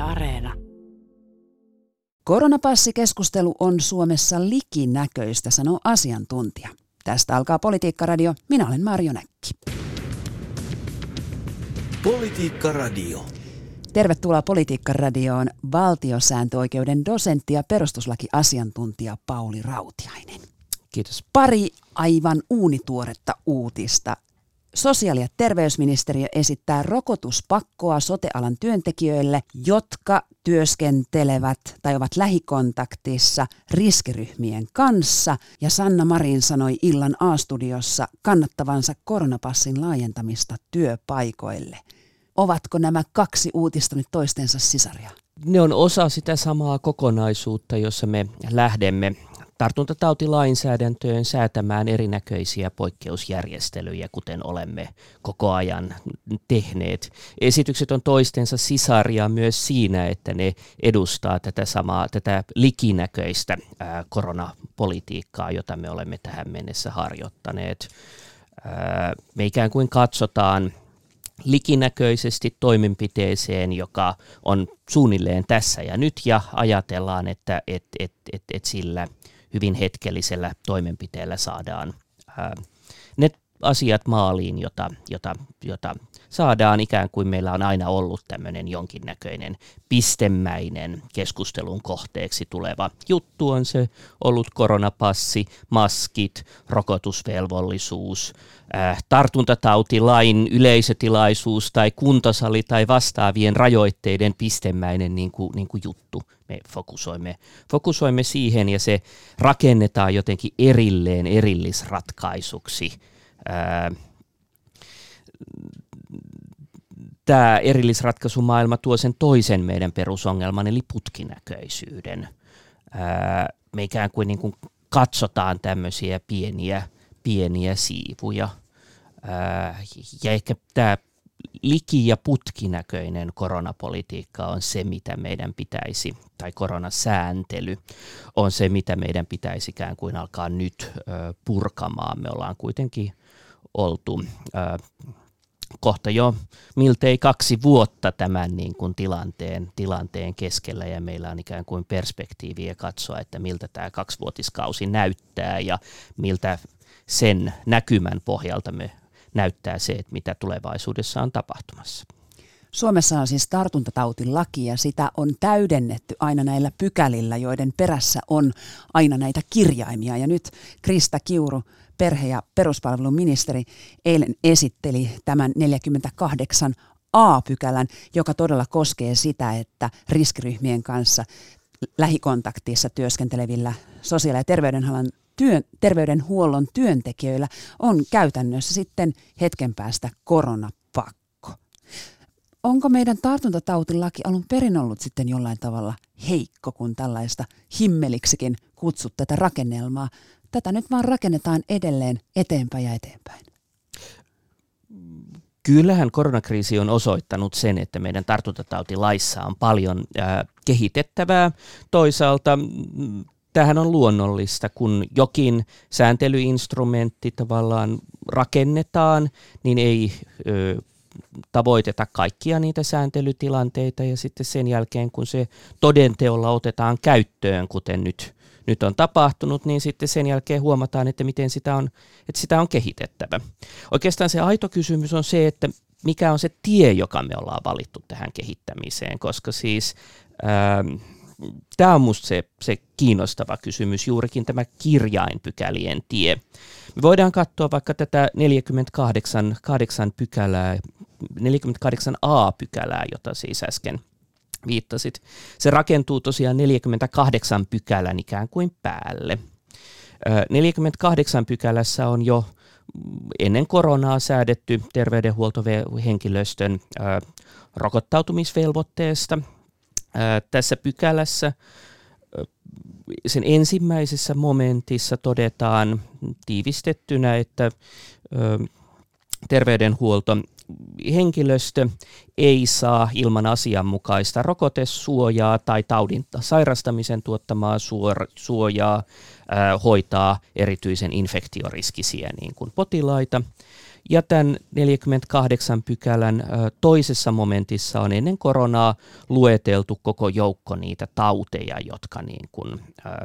Areena. Koronapassikeskustelu on Suomessa likinäköistä, sanoo asiantuntija. Tästä alkaa Politiikka-radio. Minä olen Marjo Näkki. Politiikka-radio. Tervetuloa Politiikka-radioon valtiosääntöoikeuden dosentti ja perustuslakiasiantuntija Pauli Rautiainen. Kiitos. Pari aivan uunituoretta uutista. Sosiaali- ja terveysministeriö esittää rokotuspakkoa sote-alan työntekijöille, jotka työskentelevät tai ovat lähikontaktissa riskiryhmien kanssa. Ja Sanna Marin sanoi illan A-studiossa kannattavansa koronapassin laajentamista työpaikoille. Ovatko nämä kaksi uutista nyt toistensa sisaria? Ne on osa sitä samaa kokonaisuutta, jossa me lähdemme tartuntatautilainsäädäntöön säätämään erinäköisiä poikkeusjärjestelyjä, kuten olemme koko ajan tehneet. Esitykset on toistensa sisaria myös siinä, että ne edustaa tätä likinäköistä koronapolitiikkaa, jota me olemme tähän mennessä harjoittaneet. Me ikään kuin katsotaan likinäköisesti toimenpiteeseen, joka on suunnilleen tässä ja nyt, ja ajatellaan, että sillä hyvin hetkellisellä toimenpiteellä saadaan ne asiat maaliin, jota saadaan ikään kuin meillä on aina ollut tämmöinen jonkinnäköinen pistemäinen keskustelun kohteeksi tuleva juttu. On se ollut koronapassi, maskit, rokotusvelvollisuus, tartuntatautilain yleisötilaisuus tai kuntosali tai vastaavien rajoitteiden pistemäinen niin kuin juttu. Me fokusoimme siihen ja se rakennetaan jotenkin erillisratkaisuksi. Tämä erillisratkaisumaailma tuo sen toisen meidän perusongelman, eli putkinäköisyyden. Me ikään kuin katsotaan tämmöisiä pieniä siivuja. Ja ehkä tämä liki- ja putkinäköinen koronapolitiikka on se, mitä meidän pitäisi, tai koronasääntely on se, mitä meidän pitäisi ikään kuin alkaa nyt purkamaan. Me ollaan kuitenkin oltu kohta jo miltei 2 vuotta tämän niin kuin tilanteen keskellä, ja meillä on ikään kuin perspektiiviä katsoa, että miltä tämä 2-vuotiskausi näyttää ja miltä sen näkymän pohjalta me näyttää se, että mitä tulevaisuudessa on tapahtumassa. Suomessa on siis tartuntatautilaki ja sitä on täydennetty aina näillä pykälillä, joiden perässä on aina näitä kirjaimia. Ja nyt Krista Kiuru, perhe- ja peruspalveluministeri, eilen esitteli tämän 48 A-pykälän, joka todella koskee sitä, että riskiryhmien kanssa lähikontaktissa työskentelevillä sosiaali- ja terveydenhuollon työntekijöillä on käytännössä sitten hetken päästä koronapakko. Onko meidän tartuntatautilaki alun perin ollut sitten jollain tavalla heikko, kun tällaista himmeliksikin kutsut tätä rakennelmaa? Tätä nyt vaan rakennetaan edelleen eteenpäin ja eteenpäin. Kyllähän koronakriisi on osoittanut sen, että meidän tartuntatautilaissa on paljon kehitettävää. Toisaalta tämähän on luonnollista, kun jokin sääntelyinstrumentti tavallaan rakennetaan, niin ei tavoiteta kaikkia niitä sääntelytilanteita, ja sitten sen jälkeen, kun se todenteolla otetaan käyttöön, kuten nyt on tapahtunut, niin sitten sen jälkeen huomataan, että miten sitä on kehitettävä. Oikeastaan se aito kysymys on se, että mikä on se tie, joka me ollaan valittu tähän kehittämiseen, koska siis tämä on musta se kiinnostava kysymys, juurikin tämä kirjainpykälien tie. Me voidaan katsoa vaikka tätä 48 A-pykälää, jota siis äsken viittasit. Se rakentuu tosiaan 48 pykälän ikään kuin päälle. 48 pykälässä on jo ennen koronaa säädetty terveydenhuoltohenkilöstön rokottautumisvelvoitteesta. Tässä pykälässä sen ensimmäisessä momentissa todetaan tiivistettynä, että terveydenhuoltohenkilöstö ei saa ilman asianmukaista rokotesuojaa tai taudin sairastamisen tuottamaa suojaa hoitaa erityisen infektioriskisiä niin kuin potilaita. Ja tämän 48 pykälän toisessa momentissa on ennen koronaa lueteltu koko joukko niitä tauteja, jotka niin kuin,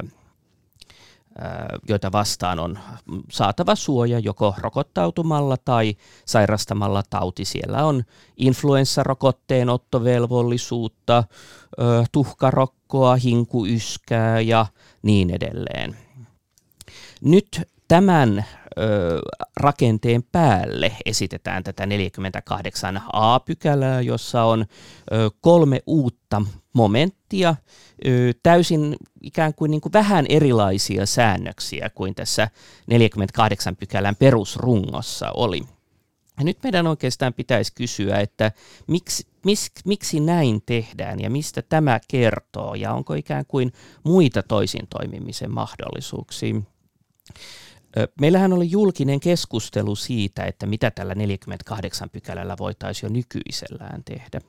joita vastaan on saatava suoja joko rokottautumalla tai sairastamalla tauti. Siellä on influenssarokotteen ottovelvollisuutta, tuhkarokkoa, hinkuyskää ja niin edelleen. Nyt tämän rakenteen päälle esitetään tätä 48a-pykälää, jossa on 3 uutta momenttia, täysin ikään kuin, vähän erilaisia säännöksiä kuin tässä 48 pykälän perusrungossa oli. Ja nyt meidän oikeastaan pitäisi kysyä, että miksi näin tehdään ja mistä tämä kertoo ja onko ikään kuin muita toisin toimimisen mahdollisuuksia. Meillähän oli julkinen keskustelu siitä, että mitä tällä 48 pykälällä voitaisiin jo nykyisellään tehdä.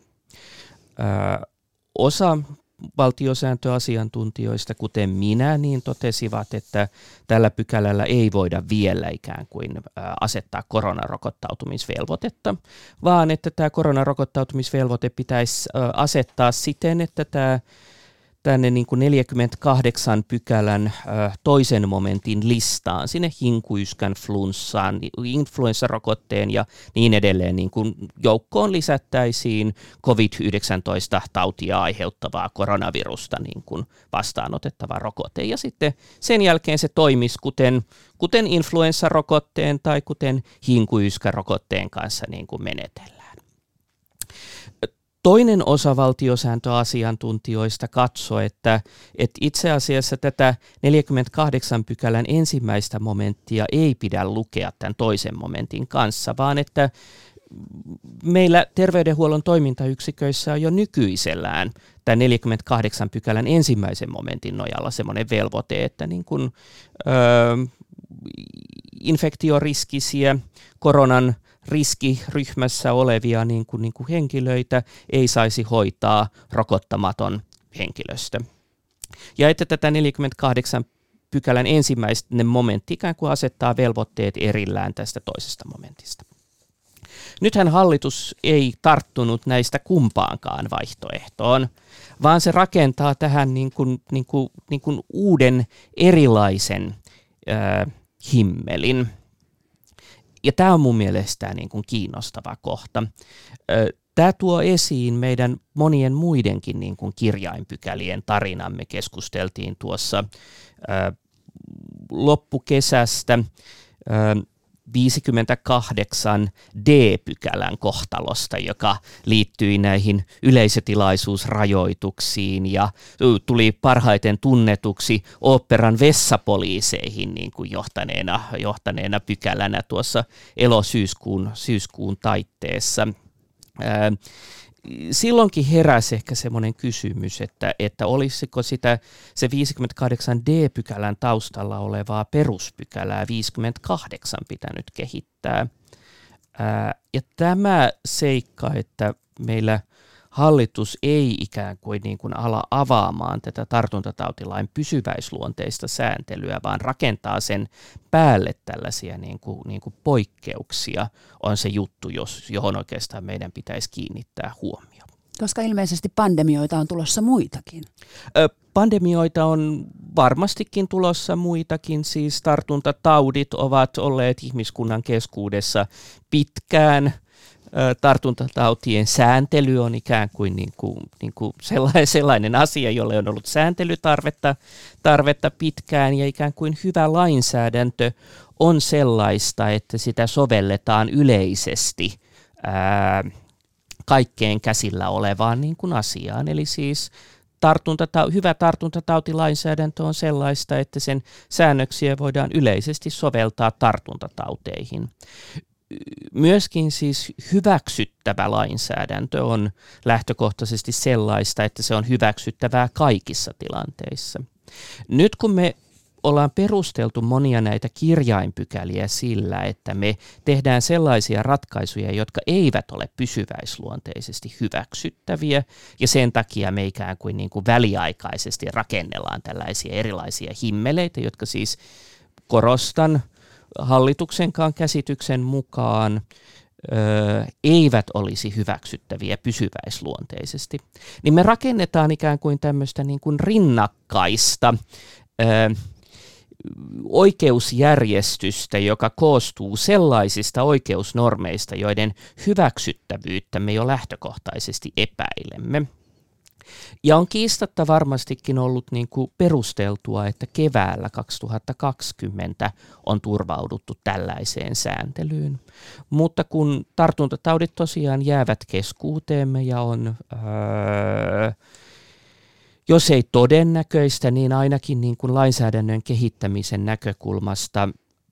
Osa valtiosääntöasiantuntijoista, kuten minä, niin totesivat, että tällä pykälällä ei voida vielä ikään kuin asettaa koronarokottautumisvelvoitetta, vaan että tämä koronarokottautumisvelvoite pitäisi asettaa siten, että tänne niin kuin 48 pykälän toisen momentin listaan, sinne hinkuyskän, flunssaan, influenssarokotteen ja niin edelleen niin kuin joukkoon lisättäisiin COVID-19-tautia aiheuttavaa koronavirusta niin kuin vastaanotettava rokote. Ja sitten sen jälkeen se toimisi kuten influenssarokotteen tai kuten hinkuyskärokotteen kanssa niin kuin menetellään. Toinen osa valtiosääntöasiantuntijoista katsoi, että itse asiassa tätä 48 pykälän ensimmäistä momenttia ei pidä lukea tämän toisen momentin kanssa, vaan että meillä terveydenhuollon toimintayksiköissä on jo nykyisellään tämän 48 pykälän ensimmäisen momentin nojalla semmoinen velvoite, että niin kuin, infektioriskisiä koronan riskiryhmässä olevia niin kuin henkilöitä ei saisi hoitaa rokottamaton henkilöstö. Ja että tätä 48 pykälän ensimmäinen momentti ikään kuin asettaa velvoitteet erillään tästä toisesta momentista. Nythän hallitus ei tarttunut näistä kumpaankaan vaihtoehtoon, vaan se rakentaa tähän niin kuin uuden erilaisen himmelin. Ja tämä on mun mielestä niin kuin kiinnostava kohta. Tämä tuo esiin meidän monien muidenkin niin kuin kirjainpykälien tarinan. Me keskusteltiin tuossa loppukesästä 58 D-pykälän kohtalosta, joka liittyi näihin yleisötilaisuusrajoituksiin ja tuli parhaiten tunnetuksi oopperan vessapoliiseihin niin kuin johtaneena pykälänä tuossa syyskuun taitteessa. Silloinkin heräsi ehkä semmoinen kysymys, että olisiko se 58 D-pykälän taustalla olevaa peruspykälää 58 pitänyt kehittää. Ja tämä seikka, että meillä hallitus ei ikään kuin ala avaamaan tätä tartuntatautilain pysyväisluonteista sääntelyä, vaan rakentaa sen päälle tällaisia niin kuin poikkeuksia, on se juttu, johon oikeastaan meidän pitäisi kiinnittää huomioon. Koska ilmeisesti pandemioita on tulossa muitakin. Pandemioita on varmastikin tulossa muitakin, siis tartuntataudit ovat olleet ihmiskunnan keskuudessa pitkään. Tartuntatautien sääntely on ikään kuin, sellainen asia, jolle on ollut sääntelytarvetta pitkään, ja ikään kuin hyvä lainsäädäntö on sellaista, että sitä sovelletaan yleisesti kaikkeen käsillä olevaan niin kuin asiaan. Eli siis hyvä tartuntatautilainsäädäntö on sellaista, että sen säännöksiä voidaan yleisesti soveltaa tartuntatauteihin. Myöskin siis hyväksyttävä lainsäädäntö on lähtökohtaisesti sellaista, että se on hyväksyttävää kaikissa tilanteissa. Nyt kun me ollaan perusteltu monia näitä kirjainpykäliä sillä, että me tehdään sellaisia ratkaisuja, jotka eivät ole pysyväisluonteisesti hyväksyttäviä, ja sen takia me ikään kuin, väliaikaisesti rakennellaan tällaisia erilaisia himmeleitä, jotka siis korostan, hallituksenkaan käsityksen mukaan eivät olisi hyväksyttäviä pysyväisluonteisesti, niin me rakennetaan ikään kuin tämmöistä niin kuin rinnakkaista oikeusjärjestystä, joka koostuu sellaisista oikeusnormeista, joiden hyväksyttävyyttä me jo lähtökohtaisesti epäilemme. Ja on kiistatta varmastikin ollut niin kuin perusteltua, että keväällä 2020 on turvauduttu tällaiseen sääntelyyn. Mutta kun tartuntataudit tosiaan jäävät keskuuteemme ja on, jos ei todennäköistä, niin ainakin niin kuin lainsäädännön kehittämisen näkökulmasta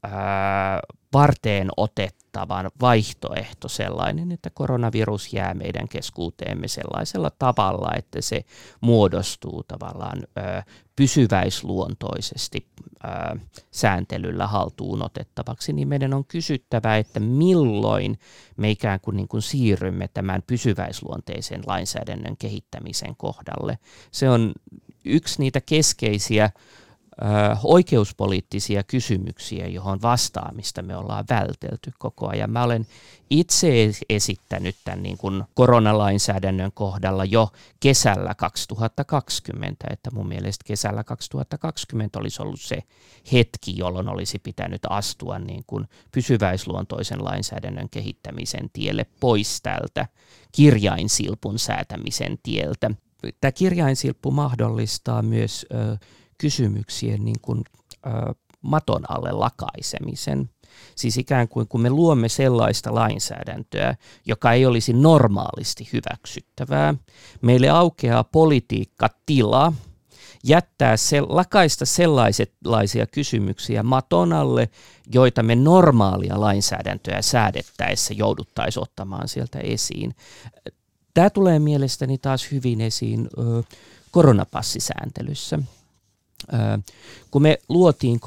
varteen otettavan vaihtoehto sellainen, että koronavirus jää meidän keskuuteemme sellaisella tavalla, että se muodostuu tavallaan pysyväisluontoisesti sääntelyllä haltuun otettavaksi, niin meidän on kysyttävä, että milloin me ikään kuin siirrymme tämän pysyväisluonteisen lainsäädännön kehittämisen kohdalle. Se on yksi niitä keskeisiä oikeuspoliittisia kysymyksiä, johon vastaamista me ollaan vältelty koko ajan. Mä olen itse esittänyt tämän niin kuin koronalainsäädännön kohdalla jo kesällä 2020, että mun mielestä kesällä 2020 olisi ollut se hetki, jolloin olisi pitänyt astua niin kuin pysyväisluontoisen lainsäädännön kehittämisen tielle pois tältä kirjainsilpun säätämisen tieltä. Tämä kirjainsilppu mahdollistaa myös kysymyksien niin kuin, maton alle lakaisemisen. Siis ikään kuin kun me luomme sellaista lainsäädäntöä, joka ei olisi normaalisti hyväksyttävää, meille aukeaa politiikkatila lakaista sellaisia kysymyksiä maton alle, joita me normaalia lainsäädäntöä säädettäessä jouduttaisiin ottamaan sieltä esiin. Tämä tulee mielestäni taas hyvin esiin koronapassisääntelyssä. Kun me luotiin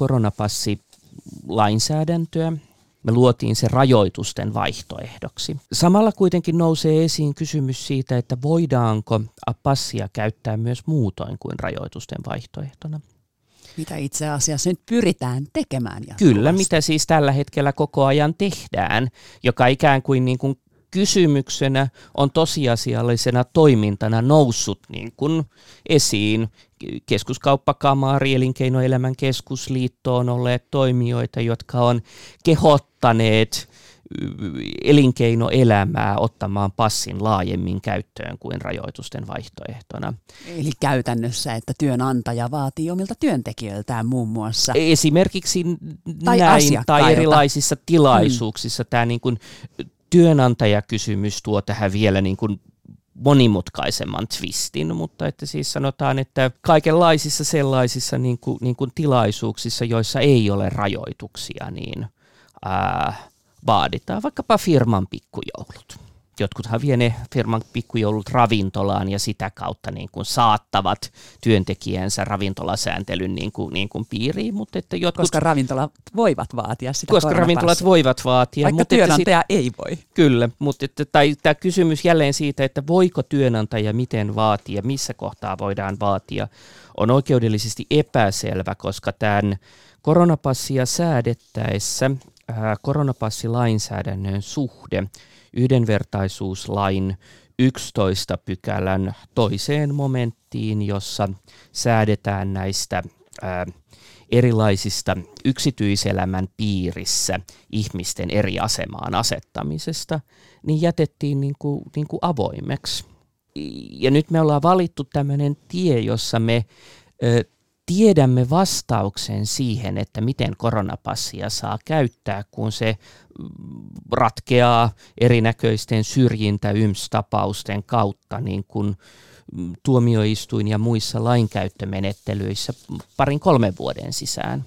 koronapassilainsäädäntöä, me luotiin se rajoitusten vaihtoehdoksi. Samalla kuitenkin nousee esiin kysymys siitä, että voidaanko passia käyttää myös muutoin kuin rajoitusten vaihtoehtona. Mitä itse asiassa nyt pyritään tekemään jatkuvasti. Kyllä, mitä siis tällä hetkellä koko ajan tehdään, joka ikään kuin kysymyksenä on tosiasiallisena toimintana noussut niin kuin esiin. Keskuskauppakamari, Elinkeinoelämän keskusliitto on olleet toimijoita, jotka on kehottaneet elinkeinoelämää ottamaan passin laajemmin käyttöön kuin rajoitusten vaihtoehtona. Eli käytännössä, että työnantaja vaatii omilta työntekijöiltään muun muassa. Esimerkiksi tai erilaisissa tilaisuuksissa tämä niin kuin työnantajakysymys tuo tähän vielä niin kuin monimutkaisemman twistin, mutta että siis sanotaan, että kaikenlaisissa sellaisissa niin kuin tilaisuuksissa, joissa ei ole rajoituksia, niin vaaditaan vaikkapa firman pikkujoulut. Jotkuthan vie ne firman pikkujoulut ravintolaan ja sitä kautta niin kuin saattavat työntekijänsä ravintolasääntelyn niin kuin piiriin. Mutta että koska ravintolat voivat vaatia sitä koska ravintolat voivat vaatia. Vaikka mutta työnantaja ei voi. Kyllä, mutta tämä kysymys jälleen siitä, että voiko työnantaja miten vaatia, missä kohtaa voidaan vaatia, on oikeudellisesti epäselvä, koska tämän koronapassia säädettäessä koronapassilainsäädännön suhde yhdenvertaisuuslain 11 pykälän toiseen momenttiin, jossa säädetään näistä erilaisista yksityiselämän piirissä ihmisten eri asemaan asettamisesta, niin jätettiin niin kuin avoimeksi. Ja nyt me ollaan valittu tämmöinen tie, jossa me tiedämme vastauksen siihen, että miten koronapassia saa käyttää, kun se ratkeaa erinäköisten syrjintä-tapausten kautta niin kuin tuomioistuin ja muissa lainkäyttömenettelyissä 2-3 vuoden sisään.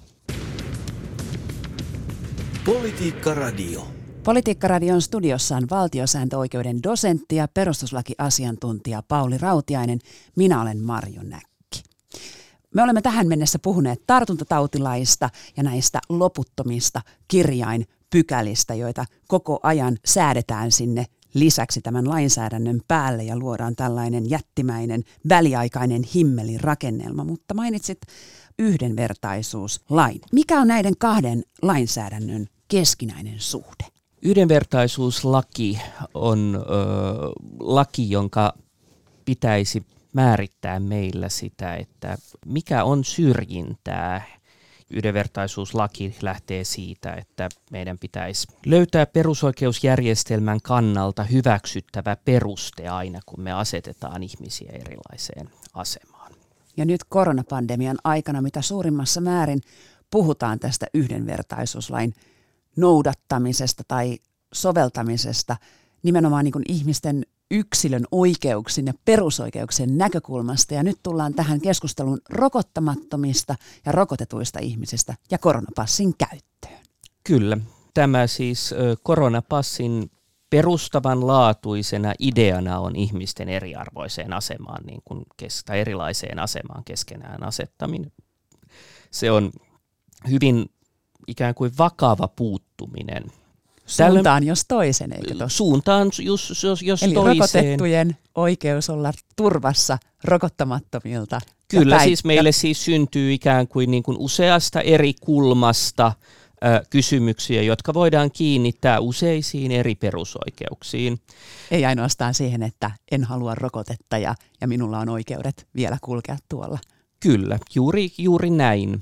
Politiikkaradio. Politiikkaradion studiossa on valtiosääntöoikeuden dosentti ja perustuslakiasiantuntija Pauli Rautiainen. Minä olen Marjo Näkki. Me olemme tähän mennessä puhuneet tartuntatautilaista ja näistä loputtomista kirjainpykälistä, joita koko ajan säädetään sinne lisäksi tämän lainsäädännön päälle ja luodaan tällainen jättimäinen väliaikainen himmelin rakennelma. Mutta mainitsit yhdenvertaisuuslain. Mikä on näiden kahden lainsäädännön keskinäinen suhde? Yhdenvertaisuuslaki on laki, jonka pitäisi määrittää meillä sitä, että mikä on syrjintää. Yhdenvertaisuuslaki lähtee siitä, että meidän pitäisi löytää perusoikeusjärjestelmän kannalta hyväksyttävä peruste aina, kun me asetetaan ihmisiä erilaiseen asemaan. Ja nyt koronapandemian aikana mitä suurimmassa määrin puhutaan tästä yhdenvertaisuuslain noudattamisesta tai soveltamisesta nimenomaan niin kuin ihmisten yksilön oikeuksien ja perusoikeuksien näkökulmasta. Ja nyt tullaan tähän keskusteluun rokottamattomista ja rokotetuista ihmisistä ja koronapassin käyttöön. Kyllä. Tämä siis koronapassin perustavanlaatuisena ideana on ihmisten eriarvoiseen asemaan, tai erilaiseen asemaan keskenään asettaminen. Se on hyvin ikään kuin vakava puuttuminen. Suuntaan jos toisen, eikö tossa? Suuntaan jos eli toiseen. Rokotettujen oikeus olla turvassa rokottamattomilta. Kyllä, siis meille siis syntyy ikään kuin, useasta eri kulmasta kysymyksiä, jotka voidaan kiinnittää useisiin eri perusoikeuksiin. Ei ainoastaan siihen, että en halua rokotetta ja minulla on oikeudet vielä kulkea tuolla. Kyllä, juuri näin.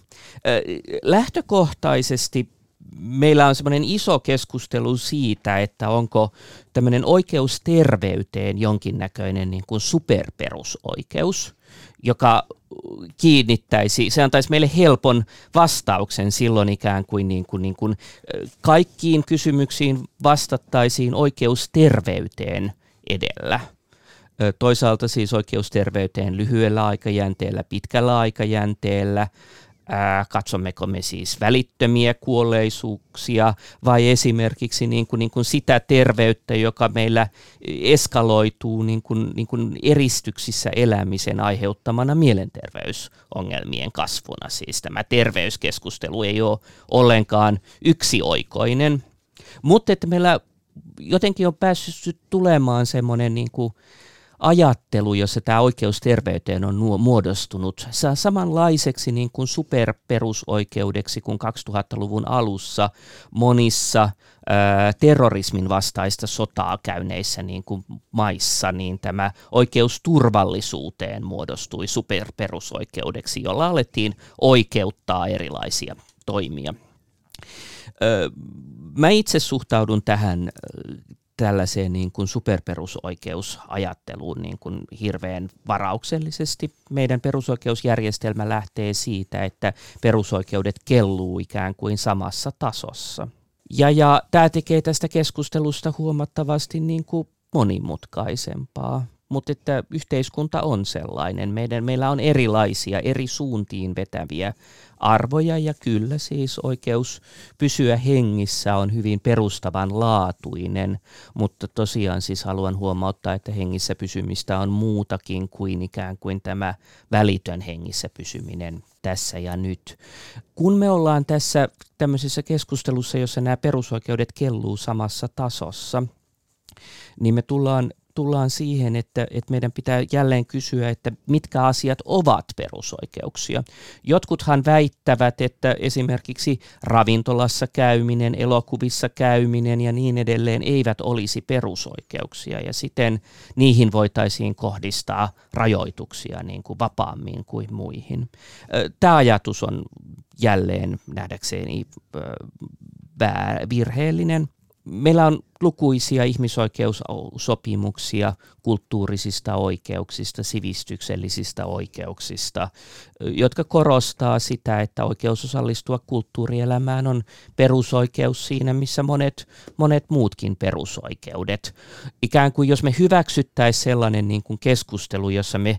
Lähtökohtaisesti meillä on semmoinen iso keskustelu siitä, että onko tämmöinen oikeus terveyteen jonkinnäköinen niin kuin superperusoikeus, joka se antaisi meille helpon vastauksen silloin ikään kuin, kaikkiin kysymyksiin vastattaisiin oikeus terveyteen edellä. Toisaalta siis oikeus terveyteen lyhyellä aikajänteellä, pitkällä aikajänteellä. Katsommeko me siis välittömiä kuolleisuuksia vai esimerkiksi niin kuin sitä terveyttä, joka meillä eskaloituu niin kuin eristyksissä elämisen aiheuttamana mielenterveysongelmien kasvuna. Siis tämä terveyskeskustelu ei ole ollenkaan yksioikoinen, mutta että meillä jotenkin on päässyt tulemaan semmoinen niin kuin ajattelu, jossa tämä oikeus terveyteen on muodostunut samanlaiseksi niin kuin superperusoikeudeksi kuin 2000-luvun alussa monissa terrorismin vastaista sotaa käyneissä niin kuin maissa, niin tämä oikeus turvallisuuteen muodostui superperusoikeudeksi, jolla alettiin oikeuttaa erilaisia toimia. Mä itse suhtaudun tähän tällaiseen niin kuin superperusoikeusajatteluun niin kuin hirveän varauksellisesti. Meidän perusoikeusjärjestelmä lähtee siitä, että perusoikeudet kelluu ikään kuin samassa tasossa. Ja tämä tekee tästä keskustelusta huomattavasti niin kuin monimutkaisempaa, mutta että yhteiskunta on sellainen. Meillä on erilaisia, eri suuntiin vetäviä arvoja ja kyllä siis oikeus pysyä hengissä on hyvin perustavanlaatuinen, mutta tosiaan siis haluan huomauttaa, että hengissä pysymistä on muutakin kuin ikään kuin tämä välitön hengissä pysyminen tässä ja nyt. Kun me ollaan tässä tämmöisessä keskustelussa, jossa nämä perusoikeudet kelluu samassa tasossa, niin me tullaan siihen, että meidän pitää jälleen kysyä, että mitkä asiat ovat perusoikeuksia. Jotkuthan väittävät, että esimerkiksi ravintolassa käyminen, elokuvissa käyminen ja niin edelleen eivät olisi perusoikeuksia ja siten niihin voitaisiin kohdistaa rajoituksia niin kuin vapaammin kuin muihin. Tämä ajatus on jälleen nähdäkseni virheellinen. Meillä on lukuisia ihmisoikeussopimuksia kulttuurisista oikeuksista, sivistyksellisistä oikeuksista, jotka korostaa sitä, että oikeus osallistua kulttuurielämään on perusoikeus siinä, missä monet muutkin perusoikeudet. Ikään kuin jos me hyväksyttäisiin sellainen niin kuin keskustelu, jossa me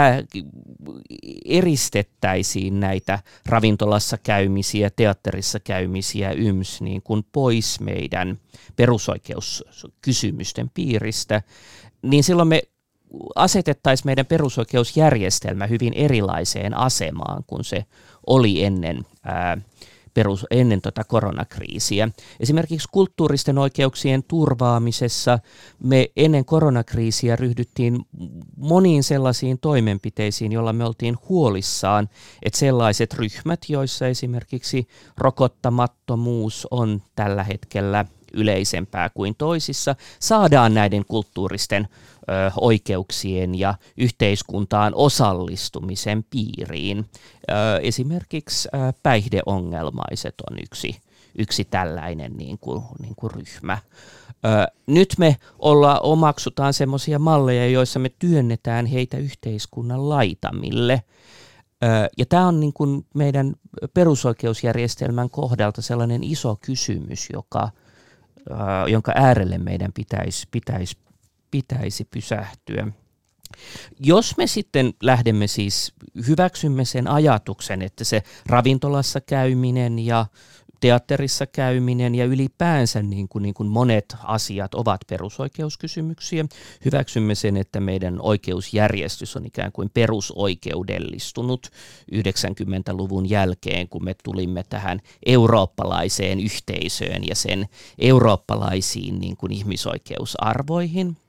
eristettäisiin näitä ravintolassa käymisiä, teatterissa käymisiä niin kuin pois meidän perusoikeuskysymysten piiristä, niin silloin me asetettaisiin meidän perusoikeusjärjestelmä hyvin erilaiseen asemaan kuin se oli ennen ennen koronakriisiä. Esimerkiksi kulttuuristen oikeuksien turvaamisessa me ennen koronakriisiä ryhdyttiin moniin sellaisiin toimenpiteisiin, joilla me oltiin huolissaan, että sellaiset ryhmät, joissa esimerkiksi rokottamattomuus on tällä hetkellä yleisempää kuin toisissa, saadaan näiden kulttuuristen oikeuksien ja yhteiskuntaan osallistumisen piiriin. Esimerkiksi päihdeongelmaiset on yksi tällainen niin kuin ryhmä. Nyt me omaksutaan semmoisia malleja, joissa me työnnetään heitä yhteiskunnan laitamille. Ja tämä on niin kuin meidän perusoikeusjärjestelmän kohdalta sellainen iso kysymys, jonka äärelle meidän pitäisi pysähtyä. Jos me sitten hyväksymme sen ajatuksen, että se ravintolassa käyminen ja teatterissa käyminen ja ylipäänsä niin kuin monet asiat ovat perusoikeuskysymyksiä, hyväksymme sen, että meidän oikeusjärjestys on ikään kuin perusoikeudellistunut 90-luvun jälkeen, kun me tulimme tähän eurooppalaiseen yhteisöön ja sen eurooppalaisiin niin kuin ihmisoikeusarvoihin.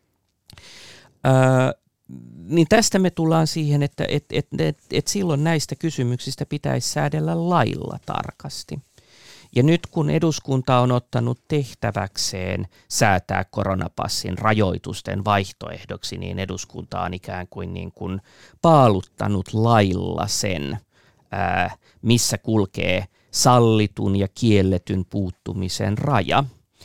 Niin tästä me tullaan siihen, että silloin näistä kysymyksistä pitäisi säädellä lailla tarkasti. Ja nyt kun eduskunta on ottanut tehtäväkseen säätää koronapassin rajoitusten vaihtoehdoksi, niin eduskunta on ikään kuin paaluttanut lailla sen, missä kulkee sallitun ja kielletyn puuttumisen raja.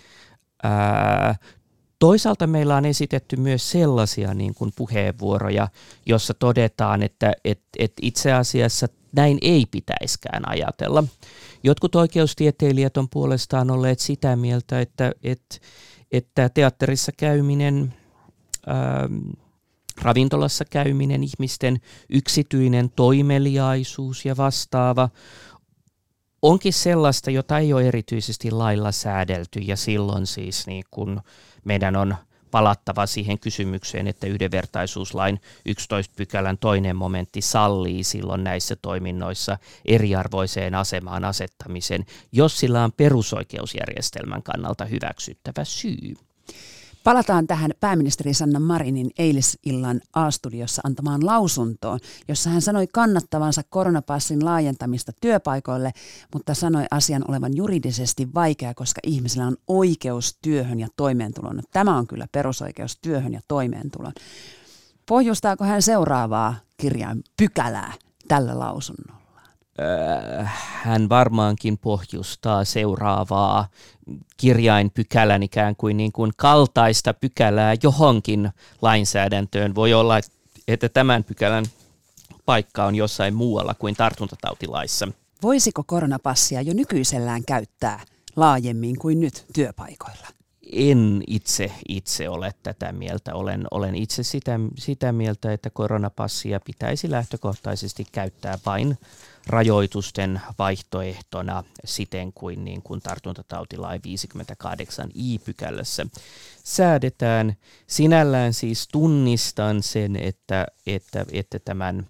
Toisaalta meillä on esitetty myös sellaisia niin kuin puheenvuoroja, jossa todetaan, että itse asiassa näin ei pitäiskään ajatella. Jotkut oikeustieteilijät on puolestaan olleet sitä mieltä, että teatterissa käyminen, ravintolassa käyminen, ihmisten yksityinen toimeliaisuus ja vastaava onkin sellaista, jota ei ole erityisesti lailla säädelty, ja silloin siis niin kun meidän on palattava siihen kysymykseen, että yhdenvertaisuuslain 11 pykälän 2. momentti sallii silloin näissä toiminnoissa eriarvoiseen asemaan asettamisen, jos sillä on perusoikeusjärjestelmän kannalta hyväksyttävä syy. Palataan tähän pääministeri Sanna Marinin eilisillan A-studiossa antamaan lausuntoon, jossa hän sanoi kannattavansa koronapassin laajentamista työpaikoille, mutta sanoi asian olevan juridisesti vaikea, koska ihmisillä on oikeus työhön ja toimeentuloon. Tämä on kyllä perusoikeus työhön ja toimeentuloon. Pohjustaako hän seuraavaa kirjainpykälää tällä lausunnolla? Hän varmaankin pohjustaa seuraavaa kirjainpykälän ikään kuin kaltaista pykälää johonkin lainsäädäntöön. Voi olla, että tämän pykälän paikka on jossain muualla kuin tartuntatautilaissa. Voisiko koronapassia jo nykyisellään käyttää laajemmin kuin nyt työpaikoilla? En itse ole tätä mieltä. Olen itse sitä mieltä, että koronapassia pitäisi lähtökohtaisesti käyttää vain rajoitusten vaihtoehtona siten kuin tartuntatautilain 58 i-pykälässä säädetään. Sinällään siis tunnistan sen, että tämän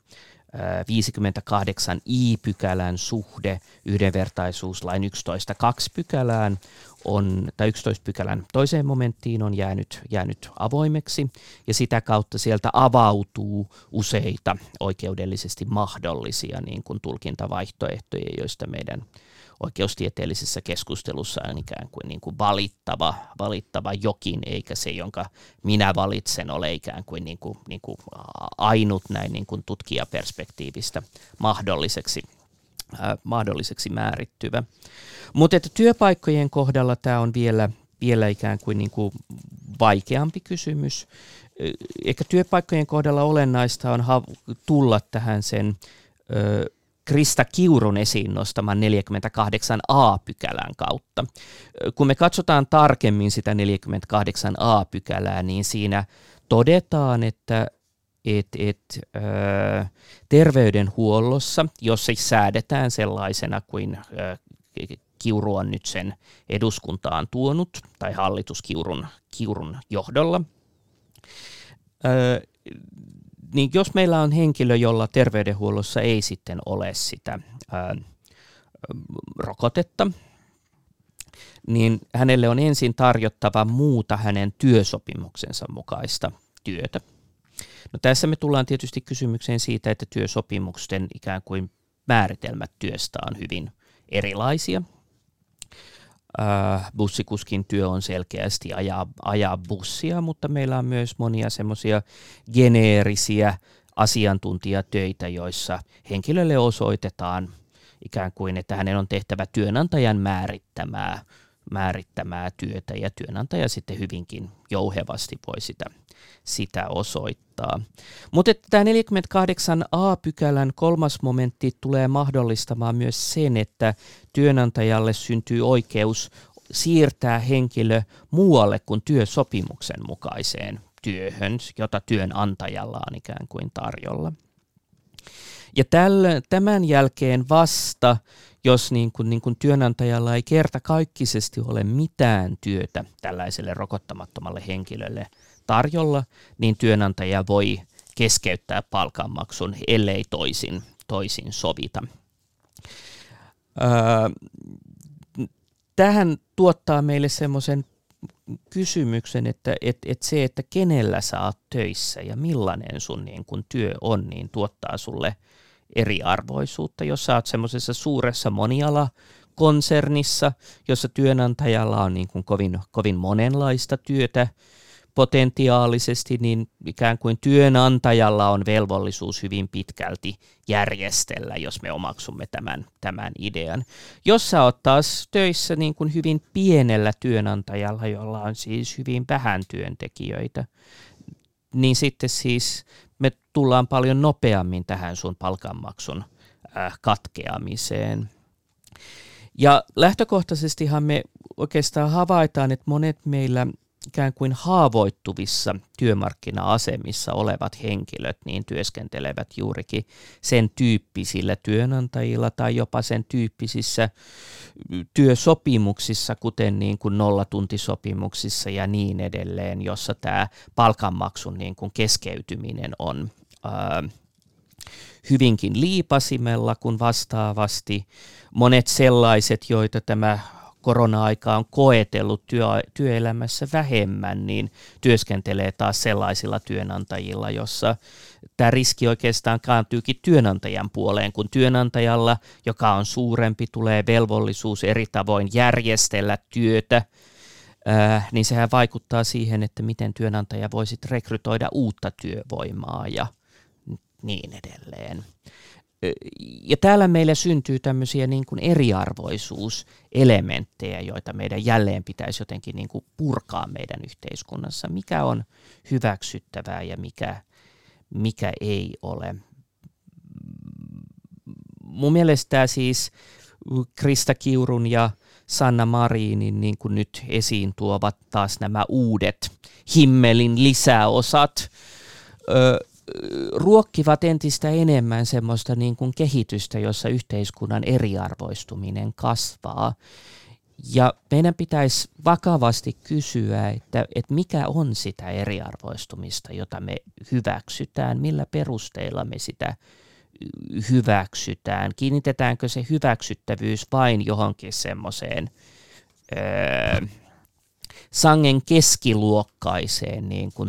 58 i-pykälän suhde yhdenvertaisuuslain 11.2 pykälään tai 11 pykälän 2. momenttiin on jäänyt avoimeksi, ja sitä kautta sieltä avautuu useita oikeudellisesti mahdollisia niin kuin tulkintavaihtoehtoja, joista meidän oikeustieteellisessä keskustelussa on ikään kuin valittava jokin, eikä se, jonka minä valitsen, ole ikään kuin, ainut näin niin kuin tutkijaperspektiivistä mahdolliseksi määrittyvä. Mutta että työpaikkojen kohdalla tämä on vielä ikään kuin, vaikeampi kysymys. Eikä työpaikkojen kohdalla olennaista on tulla tähän sen Krista Kiurun esiin nostaman 48a-pykälän kautta. Kun me katsotaan tarkemmin sitä 48a-pykälää, niin siinä todetaan, että terveydenhuollossa, jos se säädetään sellaisena kuin Kiuru on nyt sen eduskuntaan tuonut, tai hallitus Kiurun johdolla, niin jos meillä on henkilö, jolla terveydenhuollossa ei sitten ole sitä rokotetta, niin hänelle on ensin tarjottava muuta hänen työsopimuksensa mukaista työtä. No tässä me tullaan tietysti kysymykseen siitä, että työsopimusten ikään kuin määritelmät työstä on hyvin erilaisia. Bussikuskin työ on selkeästi ajaa bussia, mutta meillä on myös monia semmoisia geneerisiä asiantuntijatöitä, joissa henkilölle osoitetaan ikään kuin, että hänen on tehtävä työnantajan määrittämää työtä, ja työnantaja sitten hyvinkin jouhevasti voi sitä osoittaa. Mutta tämä 48a-pykälän 3. momentti tulee mahdollistamaan myös sen, että työnantajalle syntyy oikeus siirtää henkilö muualle kuin työsopimuksen mukaiseen työhön, jota työnantajalla on ikään kuin tarjolla. Ja tämän jälkeen vasta, jos niin kuin työnantajalla ei kertakaikkisesti ole mitään työtä tällaiselle rokottamattomalle henkilölle tarjolla, niin työnantaja voi keskeyttää palkanmaksun, ellei toisin sovita. Tähän tuottaa meille semmoisen kysymyksen, että se, että kenellä sä oot töissä ja millainen sun niin kun työ on, niin tuottaa sulle eriarvoisuutta. Jos sä oot semmoisessa suuressa monialakonsernissa, jossa työnantajalla on niin kuin kovin monenlaista työtä potentiaalisesti, niin ikään kuin työnantajalla on velvollisuus hyvin pitkälti järjestellä, jos me omaksumme tämän idean. Jos sä oot taas töissä niin kuin hyvin pienellä työnantajalla, jolla on siis hyvin vähän työntekijöitä, niin sitten siis me tullaan paljon nopeammin tähän sun palkanmaksun katkeamiseen. Ja lähtökohtaisestihan me oikeastaan havaitaan, että monet meillä ikään kuin haavoittuvissa työmarkkina-asemissa olevat henkilöt niin työskentelevät juurikin sen tyyppisillä työnantajilla tai jopa sen tyyppisissä työsopimuksissa, kuten niin kuin nollatuntisopimuksissa ja niin edelleen, jossa tämä palkanmaksun niin kuin keskeytyminen on hyvinkin liipasimella, kun vastaavasti monet sellaiset, joita tämä korona-aika on koetellut työelämässä vähemmän, niin työskentelee taas sellaisilla työnantajilla, jossa tämä riski oikeastaan kääntyykin työnantajan puoleen, kun työnantajalla, joka on suurempi, tulee velvollisuus eri tavoin järjestellä työtä, niin sehän vaikuttaa siihen, että miten työnantaja voisi rekrytoida uutta työvoimaa ja niin edelleen. Ja täällä meillä syntyy tämmöisiä niin kuin eriarvoisuuselementtejä, joita meidän jälleen pitäisi jotenkin niin kuin purkaa meidän yhteiskunnassa. Mikä on hyväksyttävää ja mikä ei ole. Mun mielestä siis Krista Kiurun ja Sanna Marinin niin kuin nyt esiin tuovat taas nämä uudet himmelin lisäosat, ruokkivat entistä enemmän semmoista niin kuin kehitystä, jossa yhteiskunnan eriarvoistuminen kasvaa. Ja meidän pitäisi vakavasti kysyä, että mikä on sitä eriarvoistumista, jota me hyväksytään, millä perusteilla me sitä hyväksytään. Kiinnitetäänkö se hyväksyttävyys vain johonkin semmoiseen sangen keskiluokkaiseen niin kuin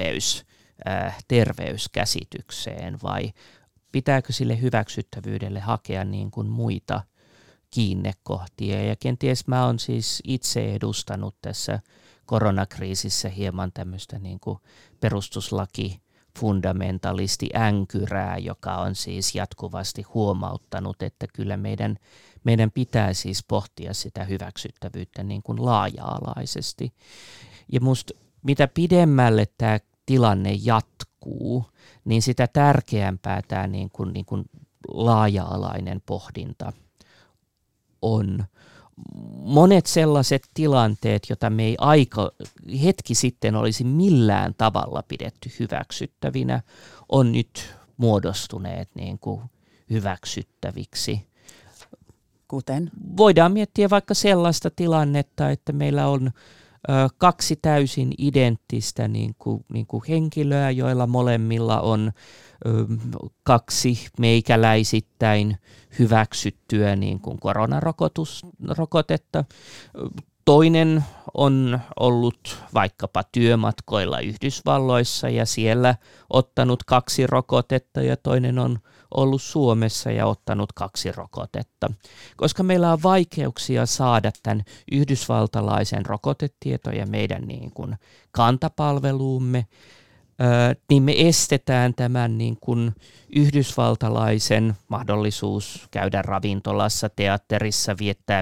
terveyskäsitykseen, vai pitääkö sille hyväksyttävyydelle hakea niin kuin muita kiinnekohtia. Ja kenties mä oon siis itse edustanut tässä koronakriisissä hieman tämmöistä niin kuin perustuslaki-fundamentalisti änkyrää, joka on siis jatkuvasti huomauttanut, että kyllä meidän pitää siis pohtia sitä hyväksyttävyyttä niin kuin laaja-alaisesti. Ja musta mitä pidemmälle tämä tilanne jatkuu, niin sitä tärkeämpää tämä niin kuin laaja-alainen pohdinta on. Monet sellaiset tilanteet, joita me ei hetki sitten olisi millään tavalla pidetty hyväksyttävinä, on nyt muodostuneet niin kuin hyväksyttäviksi. Kuten? Voidaan miettiä vaikka sellaista tilannetta, että meillä on kaksi täysin identtistä niin kuin henkilöä, joilla molemmilla on kaksi meikäläisittäin hyväksyttyä niin kuin koronarokotetta. Toinen on ollut vaikkapa työmatkoilla Yhdysvalloissa ja siellä ottanut 2 rokotetta ja toinen on ollut Suomessa ja ottanut 2 rokotetta. Koska meillä on vaikeuksia saada tämän yhdysvaltalaisen rokotetietoja meidän niin kuin kantapalveluumme, niin me estetään tämän niin kuin yhdysvaltalaisen mahdollisuus käydä ravintolassa, teatterissa, viettää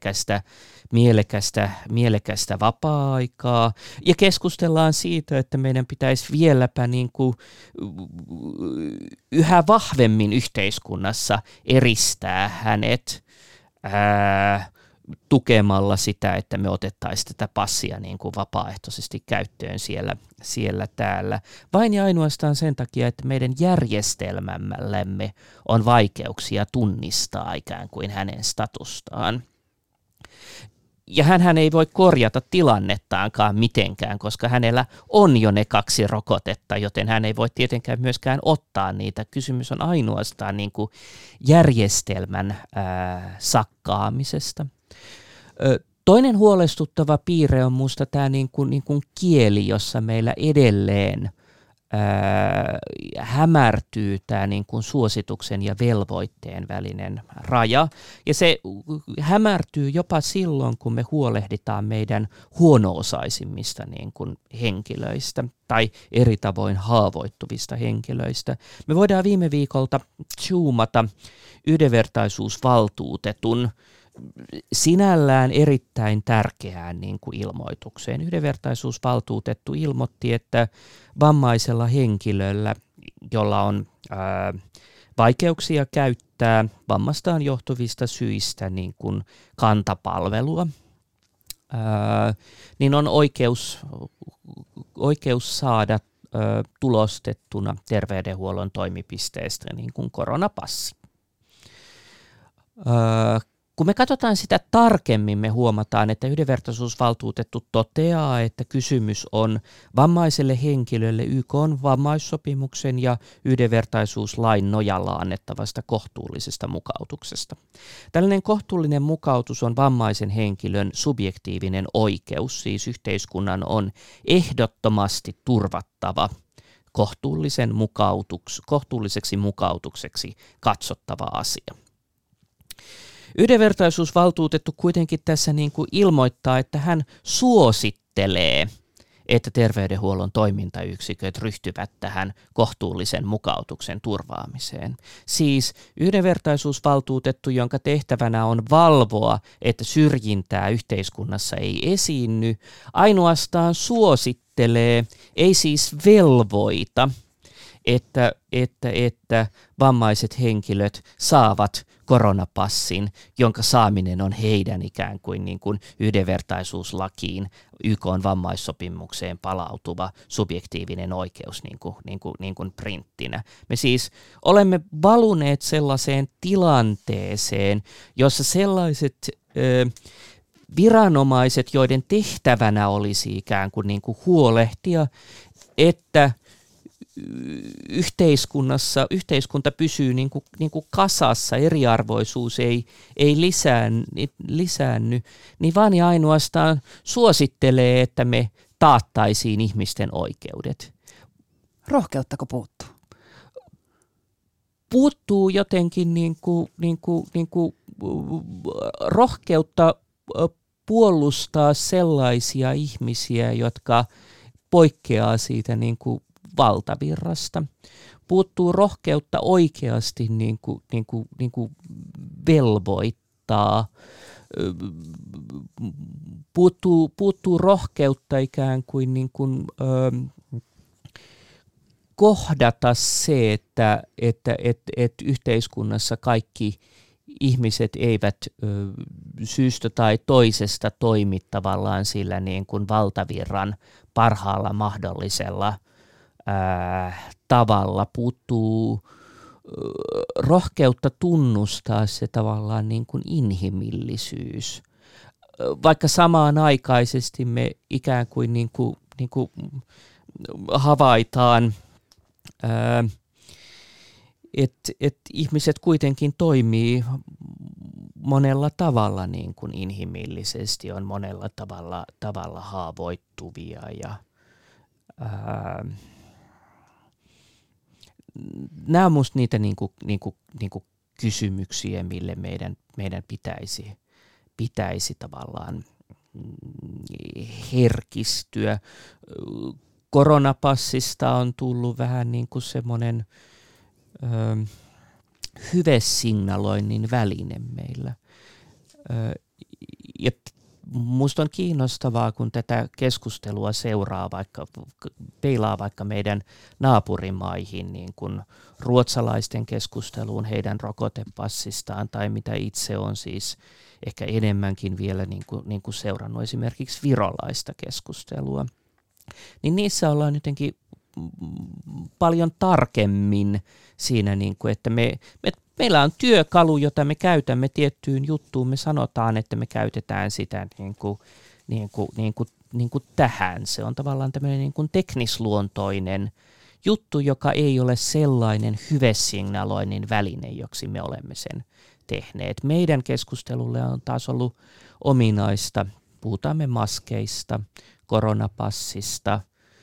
mielekästä vapaa-aikaa ja keskustellaan siitä, että meidän pitäisi vieläpä niin kuin yhä vahvemmin yhteiskunnassa eristää hänet tukemalla sitä, että me otettaisiin tätä passia niin kuin vapaaehtoisesti käyttöön siellä täällä. Vain ja ainoastaan sen takia, että meidän järjestelmällemme on vaikeuksia tunnistaa ikään kuin hänen statustaan. Ja hänhän ei voi korjata tilannettaankaan mitenkään, koska hänellä on jo ne 2 rokotetta, joten hän ei voi tietenkään myöskään ottaa niitä. Kysymys on ainoastaan niin kuin järjestelmän sakkaamisesta. Toinen huolestuttava piirre on minusta tämä niin kuin kieli, jossa meillä edelleen hämärtyy tämä niin kuin suosituksen ja velvoitteen välinen raja. Ja se hämärtyy jopa silloin, kun me huolehditaan meidän huono-osaisimmista niin kuin henkilöistä tai eri tavoin haavoittuvista henkilöistä. Me voidaan viime viikolta zoomata yhdenvertaisuusvaltuutetun sinällään erittäin tärkeään niin kuin ilmoitukseen. Yhdenvertaisuusvaltuutettu ilmoitti, että vammaisella henkilöllä, jolla on vaikeuksia käyttää vammastaan johtuvista syistä niin kuin kantapalvelua, niin on oikeus saada tulostettuna terveydenhuollon toimipisteestä niin kuin koronapassi. Kun me katsotaan sitä tarkemmin, me huomataan, että yhdenvertaisuusvaltuutettu toteaa, että kysymys on vammaiselle henkilölle YK:n vammaissopimuksen ja yhdenvertaisuuslain nojalla annettavasta kohtuullisesta mukautuksesta. Tällainen kohtuullinen mukautus on vammaisen henkilön subjektiivinen oikeus, siis yhteiskunnan on ehdottomasti turvattava kohtuulliseksi mukautukseksi katsottava asia. Yhdenvertaisuusvaltuutettu kuitenkin tässä niin kuin ilmoittaa, että hän suosittelee, että terveydenhuollon toimintayksiköt ryhtyvät tähän kohtuullisen mukautuksen turvaamiseen. Siis yhdenvertaisuusvaltuutettu, jonka tehtävänä on valvoa, että syrjintää yhteiskunnassa ei esiinny, ainoastaan suosittelee, ei siis velvoita, että vammaiset henkilöt saavat koronapassin, jonka saaminen on heidän ikään kuin, yhdenvertaisuuslakiin, YK:n vammaissopimukseen palautuva subjektiivinen oikeus niin kuin printtinä. Me siis olemme valuneet sellaiseen tilanteeseen, jossa sellaiset viranomaiset, joiden tehtävänä olisi ikään kuin huolehtia, että yhteiskunta pysyy niin kuin kasassa, eriarvoisuus ei lisäänny, niin vaan ja ainoastaan suosittelee, että me taattaisiin ihmisten oikeudet. Rohkeuttako puuttuu? Puuttuu jotenkin rohkeutta puolustaa sellaisia ihmisiä, jotka poikkeaa siitä niin kuin valtavirrasta. Puuttuu rohkeutta oikeasti niin kuin velvoittaa. Puuttuu rohkeutta ikään kuin, kohdata se, että yhteiskunnassa kaikki ihmiset eivät syystä tai toisesta toimi tavallaan sillä niin kuin valtavirran parhaalla mahdollisella tavalla. Puuttuu rohkeutta tunnustaa se tavallaan niin kuin inhimillisyys. vaikka samanaikaisesti me ikään kuin, niin kuin havaitaan, että ihmiset kuitenkin toimii monella tavalla niin kuin inhimillisesti, on monella tavalla haavoittuvia ja nämä on musta niitä niin kuin kysymyksiä, mille meidän pitäisi tavallaan herkistyä. Koronapassista on tullut vähän niin kuin semmoinen hyvesignaloinnin väline meillä. Musta on kiinnostavaa, kun tätä keskustelua seuraa, peilaa vaikka meidän naapurimaihin, niin kuin ruotsalaisten keskusteluun heidän rokotepassistaan, tai mitä itse on siis ehkä enemmänkin vielä niin kuin seurannut esimerkiksi virolaista keskustelua. Niin niissä ollaan jotenkin paljon tarkemmin siinä, niin kuin, että meillä on työkalu, jota me käytämme tiettyyn juttuun. Me sanotaan, että me käytetään sitä niin kuin tähän. Se on tavallaan tämmöinen niin kuin teknisluontoinen juttu, joka ei ole sellainen hyvesignaloinnin väline, joksi me olemme sen tehneet. Meidän keskustelulle on taas ollut ominaista. Puhutaan me maskeista, koronapassista,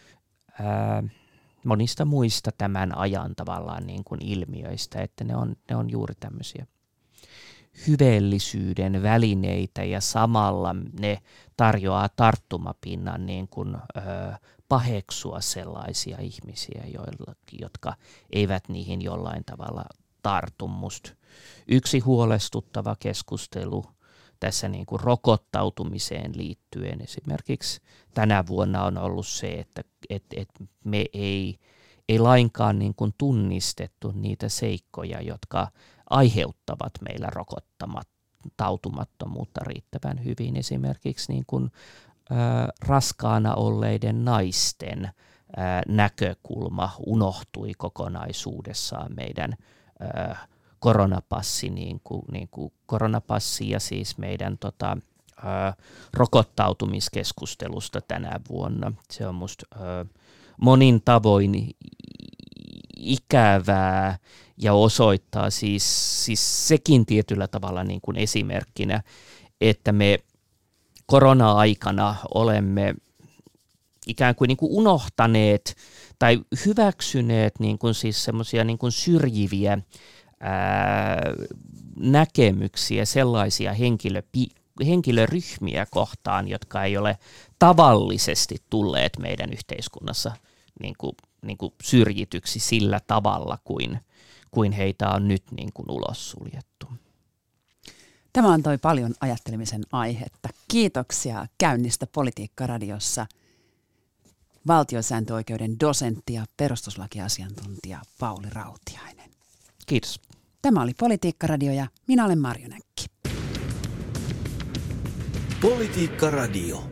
monista muista tämän ajan tavallaan niin kuin ilmiöistä, että ne on juuri tämmöisiä hyveellisyyden välineitä ja samalla ne tarjoaa tarttumapinnan niin kuin, paheksua sellaisia ihmisiä, jotka eivät niihin jollain tavalla tartu. Musta yksi huolestuttava keskustelu tässä niin kuin rokottautumiseen liittyen esimerkiksi tänä vuonna on ollut se, että me ei lainkaan niin kuin tunnistettu niitä seikkoja, jotka aiheuttavat meillä rokottautumattomuutta riittävän hyvin. Esimerkiksi niin kuin, raskaana olleiden naisten näkökulma unohtui kokonaisuudessaan meidän koronapassi, niin kuin koronapassi ja siis meidän rokottautumiskeskustelusta tänä vuonna. Se on musta monin tavoin ikävää ja osoittaa siis sekin tietyllä tavalla niin kuin esimerkkinä, että me korona-aikana olemme ikään kuin, unohtaneet tai hyväksyneet niin kuin siis semmoisia niin kuin syrjiviä näkemyksiä sellaisia henkilöryhmiä kohtaan, jotka ei ole tavallisesti tulleet meidän yhteiskunnassa niin kuin syrjityksi sillä tavalla, kuin heitä on nyt niin kuin ulos suljettu. Tämä antoi paljon ajattelemisen aihetta. Kiitoksia käynnistä Politiikka-radiossa valtiosääntöoikeuden dosentti ja perustuslakiasiantuntija Pauli Rautiainen. Kiitos. Tämä oli Politiikka-radio ja minä olen Marjo Näkki. Politiikka-radio.